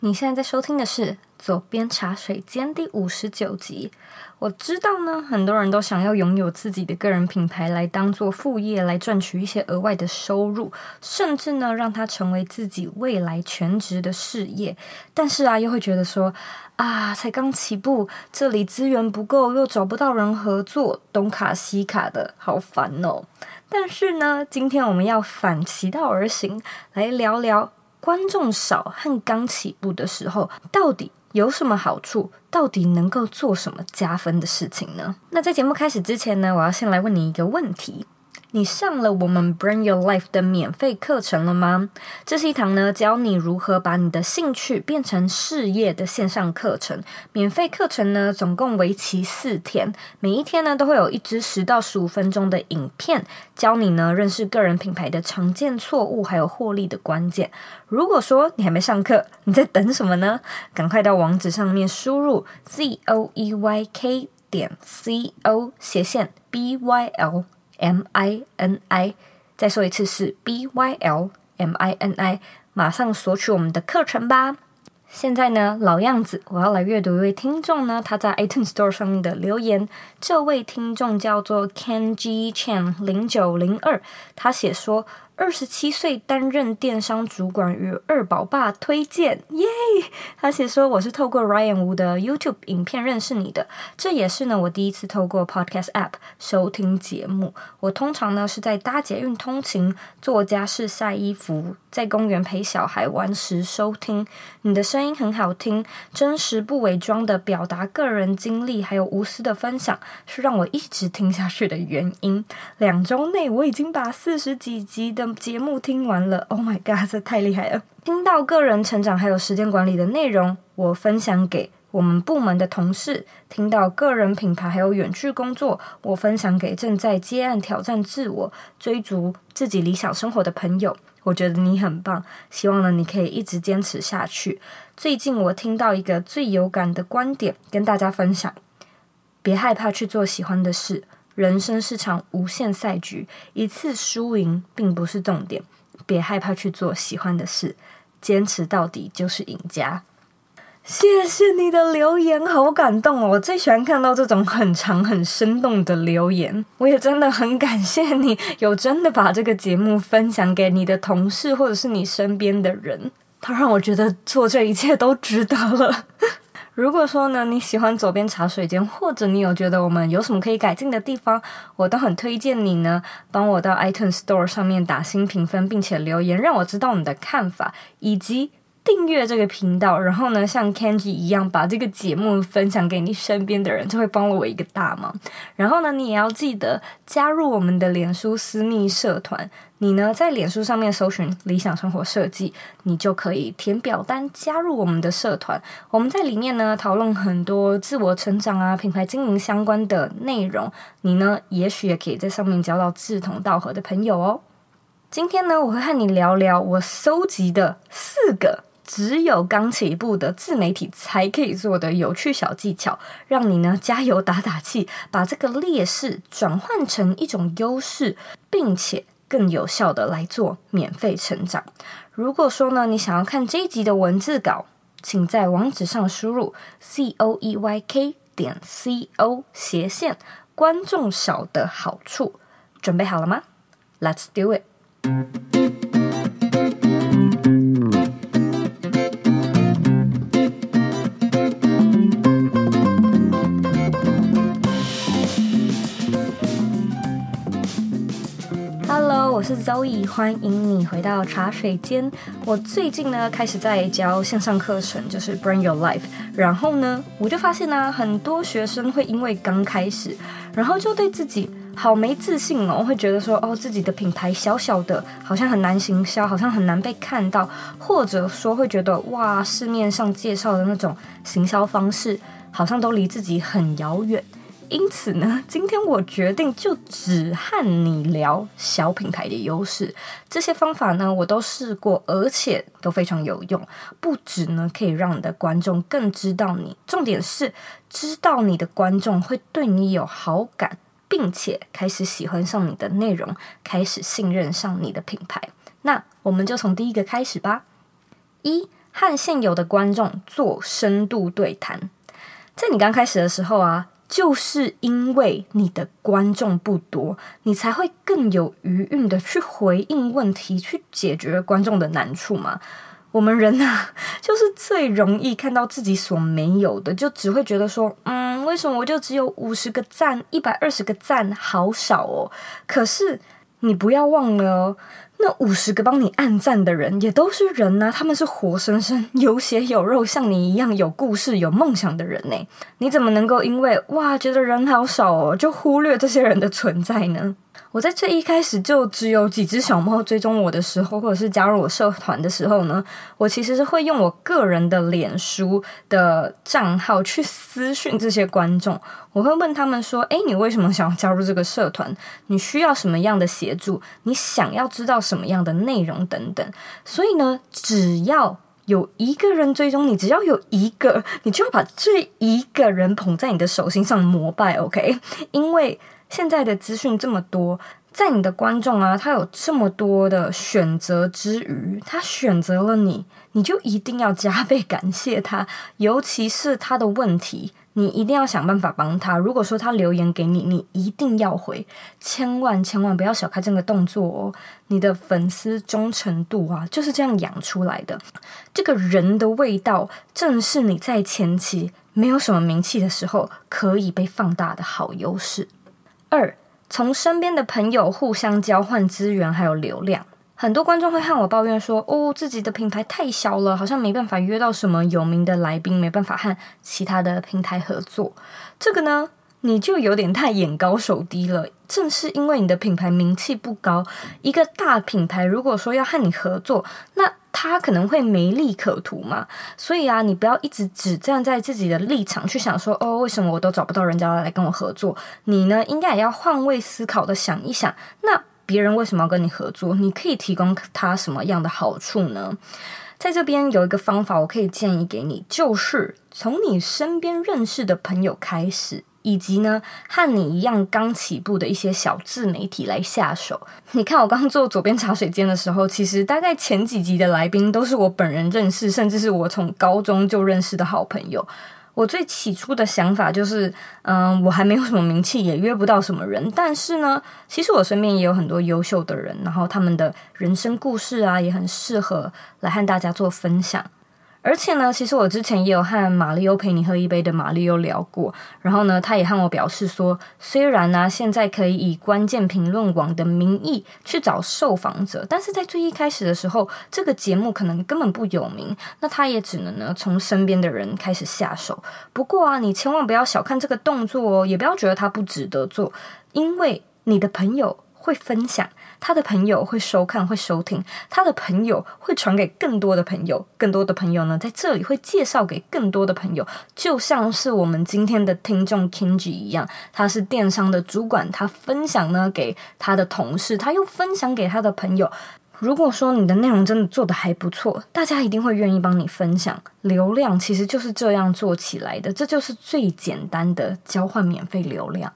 你现在在收听的是左边茶水间第59集。我知道呢，很多人都想要拥有自己的个人品牌来当做副业，来赚取一些额外的收入，甚至呢让它成为自己未来全职的事业。但是又会觉得说才刚起步，这里资源不够，又找不到人合作，东卡西卡的，好烦哦。但是呢，今天我们要反其道而行，来聊聊观众少和刚起步的时候到底有什么好处，到底能够做什么加分的事情呢？那在节目开始之前呢，我要先来问你一个问题。你上了我们 Bring Your Life 的免费课程了吗？这是一堂呢教你如何把你的兴趣变成事业的线上课程。免费课程呢总共为期4天，每一天呢都会有一支10到15分钟的影片，教你呢认识个人品牌的常见错误，还有获利的关键。如果说你还没上课，你在等什么呢？赶快到网址上面输入 zoeyk.co/BYL-MINI， 再说一次是 BYL-MINI， 马上索取我们的课程吧。现在呢，老样子，我要来阅读一位听众呢他在 iTunes Store 上面的留言。这位听众叫做 Kenji Chan 0902，他写说27岁担任电商主管与二宝爸推荐，耶！他写说我是透过 Ryan Wu 的 YouTube 影片认识你的，这也是呢我第一次透过 Podcast App 收听节目。我通常呢是在搭捷运通勤、做家事、晒衣服、在公园陪小孩玩时收听。你的声音很好听，真实不伪装的表达个人经历，还有无私的分享，是让我一直听下去的原因。2周内我已经把40几集的节目听完了 ，Oh my god， 这太厉害了！听到个人成长还有时间管理的内容，我分享给我们部门的同事；听到个人品牌还有远距工作，我分享给正在接案挑战自我、追逐自己理想生活的朋友。我觉得你很棒，希望呢你可以一直坚持下去。最近我听到一个最有感的观点，跟大家分享：别害怕去做喜欢的事。人生是场无限赛局，一次输赢并不是重点。别害怕去做喜欢的事，坚持到底就是赢家。谢谢你的留言，好感动哦！我最喜欢看到这种很长很生动的留言。我也真的很感谢你有真的把这个节目分享给你的同事或者是你身边的人，它让我觉得做这一切都值得了。如果说呢你喜欢左边茶水间，或者你有觉得我们有什么可以改进的地方，我都很推荐你呢帮我到 iTunes Store 上面打新评分，并且留言让我知道你的看法，以及订阅这个频道，然后呢像 Kenji 一样把这个节目分享给你身边的人，就会帮了我一个大忙。然后呢你也要记得加入我们的脸书私密社团，你呢在脸书上面搜寻理想生活设计，你就可以填表单加入我们的社团。我们在里面呢讨论很多自我成长品牌经营相关的内容，你呢也许也可以在上面交到志同道合的朋友哦。今天呢我会和你聊聊我搜集的4个只有刚起步的自媒体才可以做的有趣小技巧，让你呢加油打打气，把这个劣势转换成一种优势，并且更有效的来做免费成长。如果说呢你想要看这一集的文字稿，请在网址上输入 zoeyk.co/ 观众少的好处。准备好了吗？ Let's do it。Hello， 我是 Zoe， 欢迎你回到茶水间。我最近呢开始在教线上课程，就是 Bring Your Life。然后呢，我就发现很多学生会因为刚开始，然后就对自己好没自信哦，会觉得说自己的品牌小小的，好像很难行销，好像很难被看到，或者说会觉得哇，市面上介绍的那种行销方式，好像都离自己很遥远。因此呢，今天我决定就只和你聊小品牌的优势。这些方法呢，我都试过，而且都非常有用。不止呢，可以让你的观众更知道你，重点是知道你的观众会对你有好感，并且开始喜欢上你的内容，开始信任上你的品牌。那我们就从第一个开始吧。 和现有的观众做深度对谈。在你刚开始的时候啊，就是因为你的观众不多，你才会更有余韵的去回应问题，去解决观众的难处嘛。我们人啊，就是最容易看到自己所没有的，就只会觉得说，为什么我就只有50个赞，120个赞，好少哦。可是你不要忘了哦，那50个帮你按赞的人也都是人啊，他们是活生生有血有肉像你一样有故事有梦想的人呢。你怎么能够因为觉得人好少哦，就忽略这些人的存在呢？我在最一开始就只有几只小猫追踪我的时候，或者是加入我社团的时候呢，我其实是会用我个人的脸书的账号去私讯这些观众。我会问他们说，你为什么想要加入这个社团？你需要什么样的协助？你想要知道什么样的内容等等。所以呢，只要有一个人追踪你，只要有一个，你就要把这一个人捧在你的手心上膜拜 ，OK？ 因为现在的资讯这么多，在你的观众啊，他有这么多的选择之余，他选择了你，你就一定要加倍感谢他，尤其是他的问题，你一定要想办法帮他。如果说他留言给你，你一定要回，千万不要小看这个动作哦。你的粉丝忠诚度啊，就是这样养出来的。这个人的味道，正是你在前期没有什么名气的时候，可以被放大的好优势。2，从身边的朋友互相交换资源还有流量。很多观众会和我抱怨说，自己的品牌太小了，好像没办法约到什么有名的来宾，没办法和其他的平台合作。这个呢，你就有点太眼高手低了。正是因为你的品牌名气不高，一个大品牌如果说要和你合作，那他可能会没利可图嘛。所以啊，你不要一直只站在自己的立场去想说，为什么我都找不到人家来跟我合作。你呢，应该也要换位思考的想一想，那别人为什么要跟你合作？你可以提供他什么样的好处呢？在这边有一个方法我可以建议给你，就是从你身边认识的朋友开始，以及呢和你一样刚起步的一些小自媒体来下手。你看我刚做左边茶水间的时候，其实大概前几集的来宾都是我本人认识，甚至是我从高中就认识的好朋友。我最起初的想法就是我还没有什么名气，也约不到什么人，但是呢其实我身边也有很多优秀的人，然后他们的人生故事啊也很适合来和大家做分享。而且呢，其实我之前也有和马里欧陪你喝一杯的马里欧聊过，然后呢，他也和我表示说，虽然呢现在可以以关键评论网的名义去找受访者，但是在最一开始的时候，这个节目可能根本不有名，那他也只能呢从身边的人开始下手。不过啊，你千万不要小看这个动作哦，也不要觉得他不值得做，因为你的朋友会分享，他的朋友会收看会收听，他的朋友会传给更多的朋友，更多的朋友呢在这里会介绍给更多的朋友，就像是我们今天的听众 Kinji 一样，他是电商的主管，他分享呢给他的同事，他又分享给他的朋友。如果说你的内容真的做得还不错，大家一定会愿意帮你分享。流量其实就是这样做起来的，这就是最简单的交换免费流量。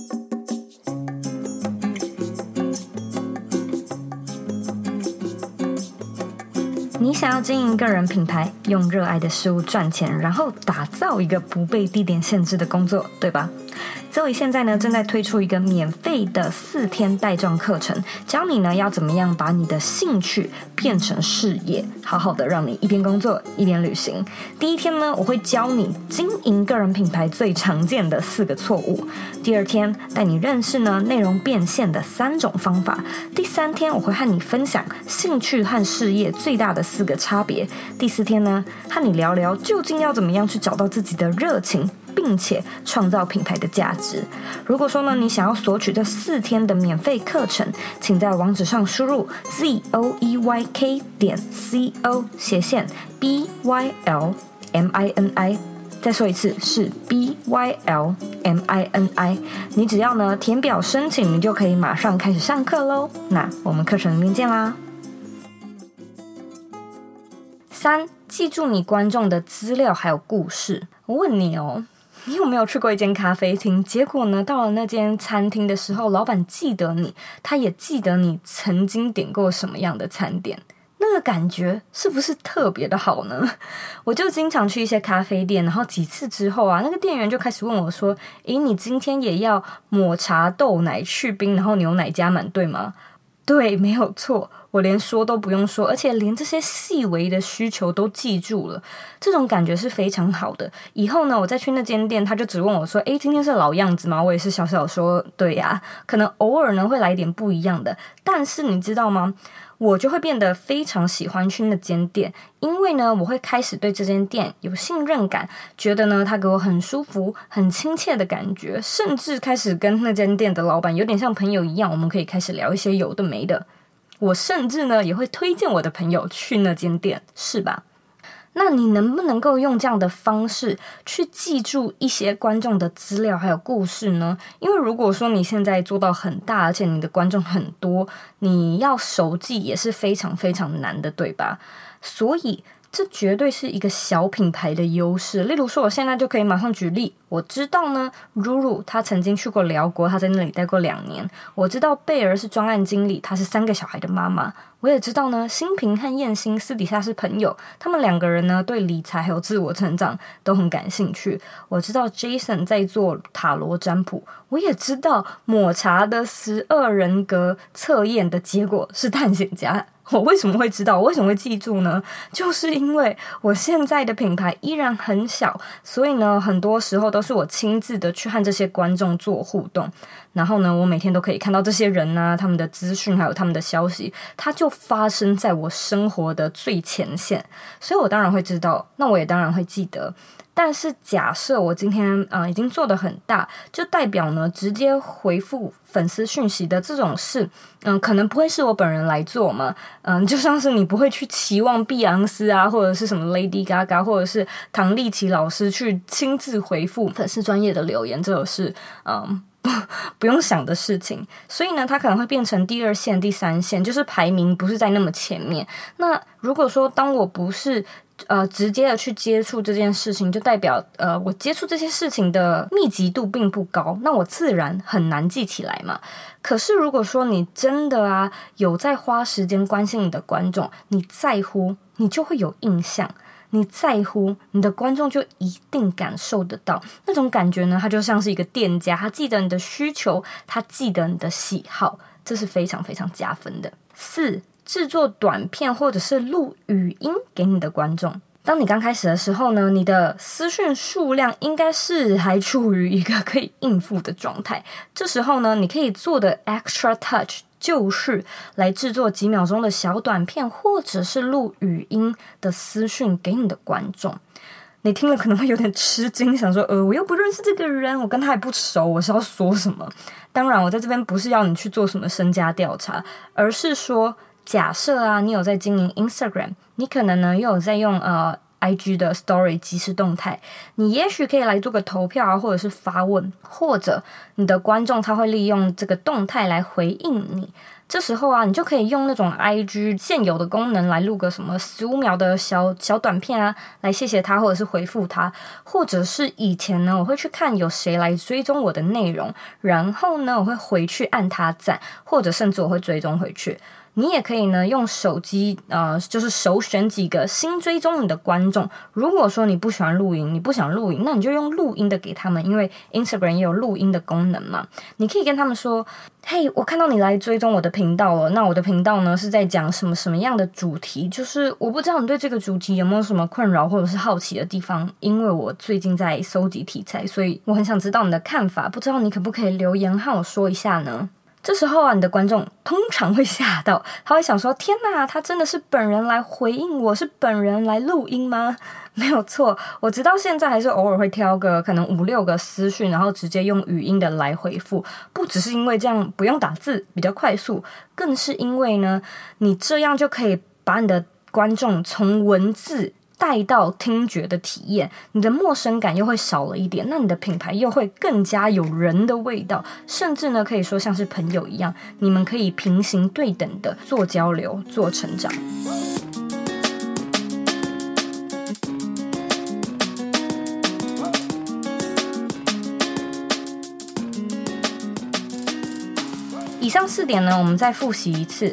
你想要经营个人品牌，用热爱的事物赚钱，然后打造一个不被地点限制的工作，对吧？Zoe 现在呢正在推出一个免费的4天带状课程，教你呢要怎么样把你的兴趣变成事业，好好的让你一边工作一边旅行。第1天呢，我会教你经营个人品牌最常见的4个错误。第2天带你认识呢内容变现的3种方法。第3天我会和你分享兴趣和事业最大的4个差别。第4天呢，和你聊聊究竟要怎么样去找到自己的热情，并且创造品牌的价值。如果说呢，你想要索取这4天的免费课程，请在网址上输入 zoeyk.co/BYLMINI。再说一次，是 BYLMINI。你只要呢填表申请，你就可以马上开始上课咯。那我们课程里面见啦。3，记住你观众的资料还有故事。我问你哦，你有没有去过一间咖啡厅，结果呢到了那间餐厅的时候，老板记得你，他也记得你曾经点过什么样的餐点， 那个感觉是不是特别的好呢？我就经常去一些咖啡店，然后几次之后啊，那个店员就开始问我说：诶，你今天也要抹茶豆奶去冰，然后牛奶加满，对吗？对，没有错，我连说都不用说，而且连这些细微的需求都记住了，这种感觉是非常好的。以后呢，我再去那间店，他就只问我说：诶，今天是老样子吗？我也是小小说，对呀，可能偶尔呢会来一点不一样的，但是你知道吗？我就会变得非常喜欢去那间店，因为呢，我会开始对这间店有信任感，觉得呢，它给我很舒服、很亲切的感觉，甚至开始跟那间店的老板有点像朋友一样，我们可以开始聊一些有的没的。我甚至呢，也会推荐我的朋友去那间店，是吧？那你能不能够用这样的方式去记住一些观众的资料还有故事呢？因为如果说你现在做到很大，而且你的观众很多，你要熟记也是非常非常难的，对吧？所以这绝对是一个小品牌的优势。例如说，我现在就可以马上举例，我知道呢，Ruru 他曾经去过辽国，他在那里待过2年。我知道贝儿是专案经理，她是3个小孩的妈妈。我也知道呢，新平和燕心私底下是朋友，他们2个人呢对理财还有自我成长都很感兴趣。我知道 Jason 在做塔罗占卜，我也知道抹茶的12人格测验的结果是探险家。我为什么会知道？我为什么会记住呢？就是因为我现在的品牌依然很小，所以呢，很多时候都是我亲自的去和这些观众做互动。然后呢，我每天都可以看到这些人啊，他们的资讯还有他们的消息，它就发生在我生活的最前线，所以我当然会知道，那我也当然会记得。但是假设我今天已经做得很大，就代表呢直接回复粉丝讯息的这种事，可能不会是我本人来做嘛，就像是你不会去期望碧昂斯啊，或者是什么 Lady Gaga， 或者是唐立淇老师去亲自回复粉丝专页的留言，这种是不用想的事情，所以呢，它可能会变成第2线、第3线，就是排名不是在那么前面。那如果说当我不是直接的去接触这件事情，就代表我接触这些事情的密集度并不高，那我自然很难记起来嘛。可是如果说你真的有在花时间关心你的观众，你在乎，你就会有印象。你在乎，你的观众就一定感受得到那种感觉呢，它就像是一个店家，他记得你的需求，他记得你的喜好，这是非常非常加分的。4、制作短片或者是录语音给你的观众。当你刚开始的时候呢，你的私讯数量应该是还处于一个可以应付的状态，这时候呢，你可以做的 extra touch就是来制作几秒钟的小短片，或者是录语音的私讯给你的观众。你听了可能会有点吃惊，想说我又不认识这个人，我跟他也不熟，我是要说什么？当然我在这边不是要你去做什么身家调查，而是说假设你有在经营 Instagram， 你可能呢又有在用IG 的 Story 即时动态，你也许可以来做个投票或者是发问，或者你的观众他会利用这个动态来回应你。这时候你就可以用那种 IG 现有的功能来录个什么15秒的小短片来谢谢他或者是回复他，或者是以前呢我会去看有谁来追踪我的内容，然后呢我会回去按他赞，或者甚至我会追踪回去。你也可以呢用手机就是首选几个新追踪你的观众，如果说你不喜欢录音，你不想录音，那你就用录音的给他们，因为 Instagram 也有录音的功能嘛。你可以跟他们说，嘿，我看到你来追踪我的频道了，那我的频道呢是在讲什么什么样的主题，就是我不知道你对这个主题有没有什么困扰或者是好奇的地方，因为我最近在搜集题材，所以我很想知道你的看法，不知道你可不可以留言和我说一下呢？这时候你的观众通常会吓到，他会想说，天哪，他真的是本人来回应我，是本人来录音吗？没有错，我直到现在还是偶尔会挑个可能5-6个私讯，然后直接用语音的来回复，不只是因为这样不用打字比较快速，更是因为呢，你这样就可以把你的观众从文字带到听觉的体验，你的陌生感又会少了一点，那你的品牌又会更加有人的味道，甚至呢可以说像是朋友一样，你们可以平行对等的做交流做成长。以上4点呢我们再复习一次。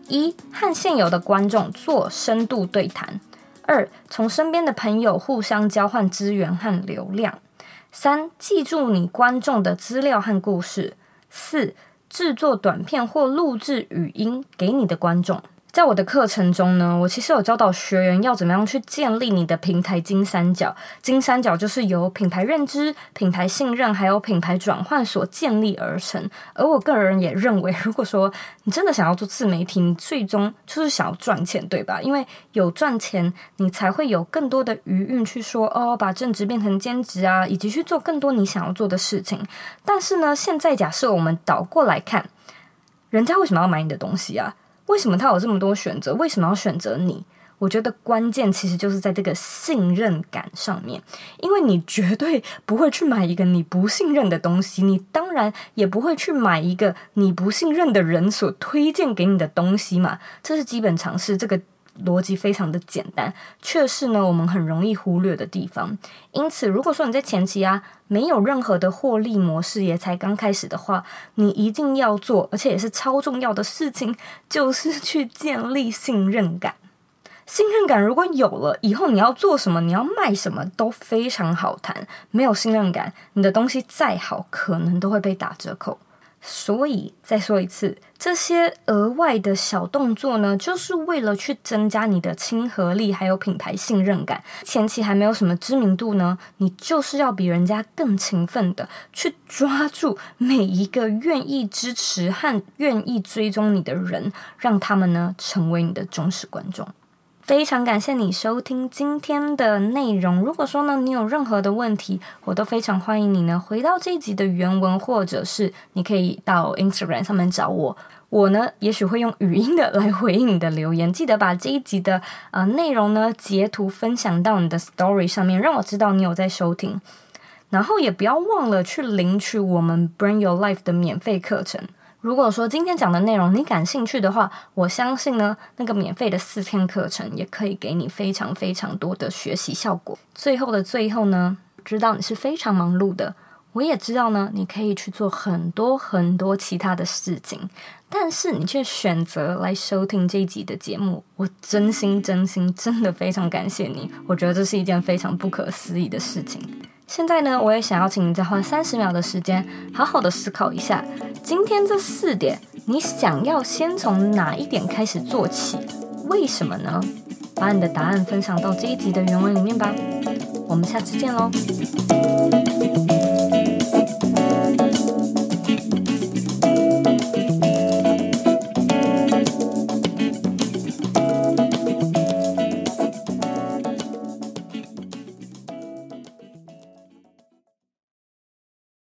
1. 和现有的观众做深度对谈。2. 从身边的朋友互相交换资源和流量。3. 记住你观众的资料和故事。4. 制作短片或录制语音给你的观众。在我的课程中呢，我其实有教导学员要怎么样去建立你的平台金三角。金三角就是由品牌认知、品牌信任还有品牌转换所建立而成。而我个人也认为，如果说你真的想要做自媒体，你最终就是想要赚钱，对吧？因为有赚钱，你才会有更多的余韵去说把正职变成兼职啊，以及去做更多你想要做的事情。但是呢，现在假设我们倒过来看，人家为什么要买你的东西啊？为什么他有这么多选择？为什么要选择你？我觉得关键其实就是在这个信任感上面，因为你绝对不会去买一个你不信任的东西，你当然也不会去买一个你不信任的人所推荐给你的东西嘛，这是基本常识，这个逻辑非常的简单，却是呢我们很容易忽略的地方。因此如果说你在前期没有任何的获利模式，也才刚开始的话，你一定要做，而且也是超重要的事情，就是去建立信任感。信任感如果有了，以后你要做什么，你要卖什么都非常好谈。没有信任感，你的东西再好，可能都会被打折扣。所以再说一次，这些额外的小动作呢，就是为了去增加你的亲和力还有品牌信任感。前期还没有什么知名度呢，你就是要比人家更勤奋的去抓住每一个愿意支持和愿意追踪你的人，让他们呢成为你的忠实观众。非常感谢你收听今天的内容。如果说呢你有任何的问题，我都非常欢迎你呢回到这一集的原文，或者是你可以到 Instagram 上面找我。我呢也许会用语音的来回应你的留言。记得把这一集的内容呢截图分享到你的 Story 上面，让我知道你有在收听。然后也不要忘了去领取我们 Bring Your Life 的免费课程。如果说今天讲的内容你感兴趣的话，我相信呢那个免费的4天课程也可以给你非常非常多的学习效果。最后的最后呢，知道你是非常忙碌的，我也知道呢你可以去做很多很多其他的事情，但是你却选择来收听这一集的节目，我真心真的非常感谢你。我觉得这是一件非常不可思议的事情。现在呢，我也想要请你再花30秒的时间，好好的思考一下，今天这4点，你想要先从哪一点开始做起？为什么呢？把你的答案分享到这一集的原文里面吧。我们下次见咯。